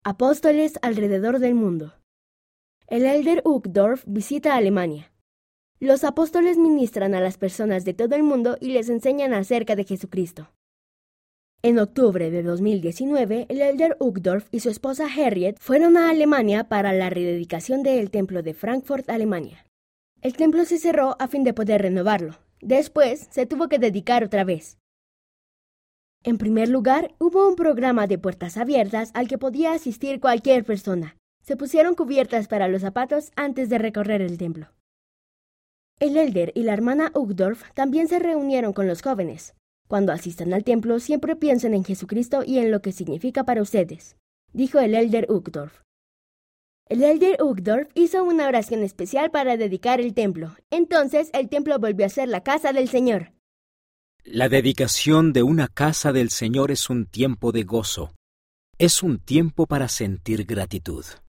Apóstoles alrededor del mundo. El Elder Uchtdorf visita Alemania. Los apóstoles ministran a las personas de todo el mundo y les enseñan acerca de Jesucristo. En octubre de 2019, el Elder Uchtdorf y su esposa Harriet fueron a Alemania para la rededicación del templo de Frankfurt, Alemania. El templo se cerró a fin de poder renovarlo. Después, se tuvo que dedicar otra vez. En primer lugar, hubo un programa de puertas abiertas al que podía asistir cualquier persona. Se pusieron cubiertas para los zapatos antes de recorrer el templo. El Elder y la hermana Uchtdorf también se reunieron con los jóvenes. Cuando asistan al templo, siempre piensen en Jesucristo y en lo que significa para ustedes, dijo el Elder Uchtdorf. El Elder Uchtdorf hizo una oración especial para dedicar el templo. Entonces, el templo volvió a ser la casa del Señor. La dedicación de una casa del Señor es un tiempo de gozo. Es un tiempo para sentir gratitud.